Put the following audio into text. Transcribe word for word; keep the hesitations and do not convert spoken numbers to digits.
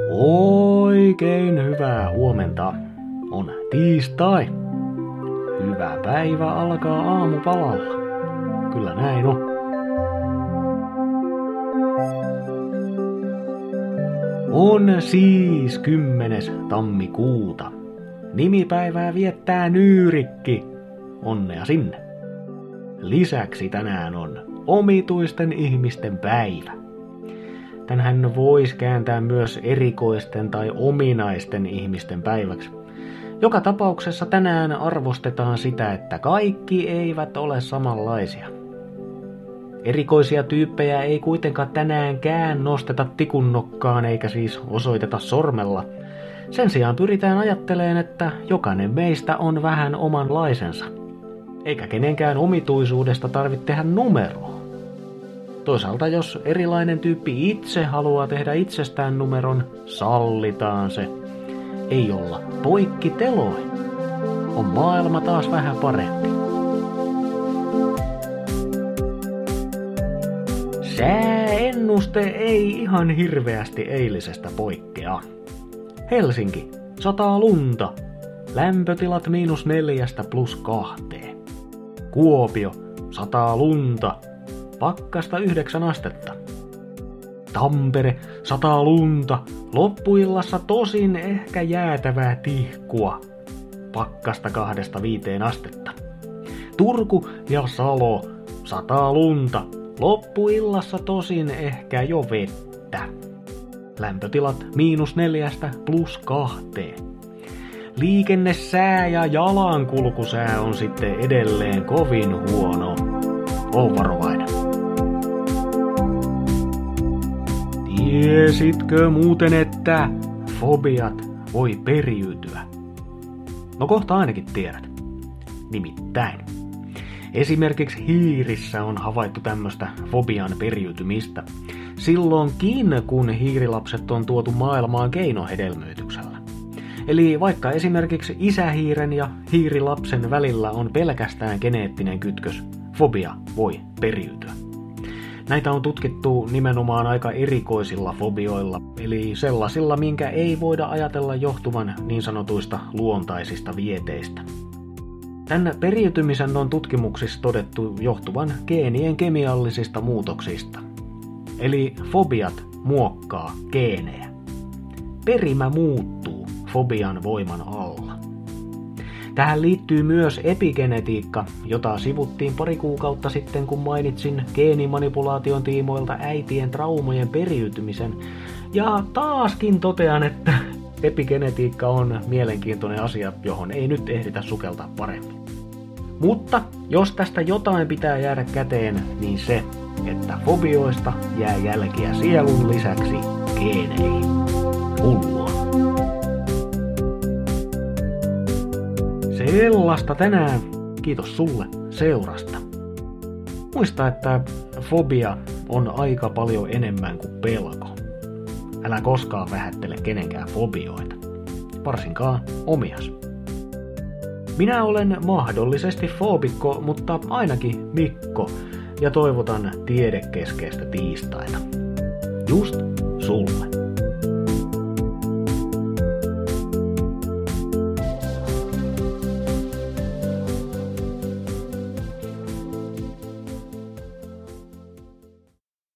Oikein hyvää huomenta. On tiistai. Hyvä päivä alkaa aamupalalla. Kyllä näin on. On siis kymmenes tammikuuta. Nimipäivää viettää Nyyrikki. Onnea sinne. Lisäksi tänään on omituisten ihmisten päivä. Tänhän voisi kääntää myös erikoisten tai ominaisten ihmisten päiväksi. Joka tapauksessa tänään arvostetaan sitä, että kaikki eivät ole samanlaisia. Erikoisia tyyppejä ei kuitenkaan tänäänkään nosteta tikunnokkaan eikä siis osoiteta sormella. Sen sijaan pyritään ajattelemaan, että jokainen meistä on vähän omanlaisensa. Eikä kenenkään omituisuudesta tarvitse tehdä numeroa. Toisaalta jos erilainen tyyppi itse haluaa tehdä itsestään numeron, sallitaan se. Ei olla poikkiteloin. On maailma taas vähän parempi. Sääennuste ei ihan hirveästi eilisestä poikkea. Helsinki, sataa lunta. Lämpötilat miinus neljästä plus kahteen. Kuopio, sataa lunta. Pakkasta yhdeksän astetta. Tampere, sataa lunta. Loppuillassa tosin ehkä jäätävää tihkua. Pakkasta kahdesta viiteen astetta. Turku ja Salo, sataa lunta. Loppuillassa tosin ehkä jo vettä. Lämpötilat miinus neljästä plus kahteen. Liikennesää ja jalankulkusää on sitten edelleen kovin huono. Oo varovainen. Tiesitkö muuten, että fobiat voi periytyä? No kohta ainakin tiedät. Nimittäin. Esimerkiksi hiirissä on havaittu tämmöistä fobian periytymistä. Silloinkin, kun hiirilapset on tuotu maailmaan keinohedelmöityksellä. Eli vaikka esimerkiksi isähiiren ja hiirilapsen välillä on pelkästään geneettinen kytkös, fobia voi periytyä. Näitä on tutkittu nimenomaan aika erikoisilla fobioilla, eli sellaisilla, minkä ei voida ajatella johtuvan niin sanotuista luontaisista vieteistä. Tämän periytymisen on tutkimuksissa todettu johtuvan geenien kemiallisista muutoksista. Eli fobiat muokkaa geenejä. Perimä muuttuu fobian voiman alla. Tähän liittyy myös epigenetiikka, jota sivuttiin pari kuukautta sitten, kun mainitsin geenimanipulaation tiimoilta äitien traumojen periytymisen. Ja taaskin totean, että epigenetiikka on mielenkiintoinen asia, johon ei nyt ehditä sukeltaa paremmin. Mutta jos tästä jotain pitää jäädä käteen, niin se, että fobioista jää jälkiä sielun lisäksi geeneihin. Hullua. Sellaista tänään. Kiitos sulle seurasta. Muista, että fobia on aika paljon enemmän kuin pelko. Älä koskaan vähättele kenenkään fobioita. Varsinkaan omias. Minä olen mahdollisesti foobikko, mutta ainakin Mikko. Ja toivotan tiedekeskeistä tiistaita. Just sulle.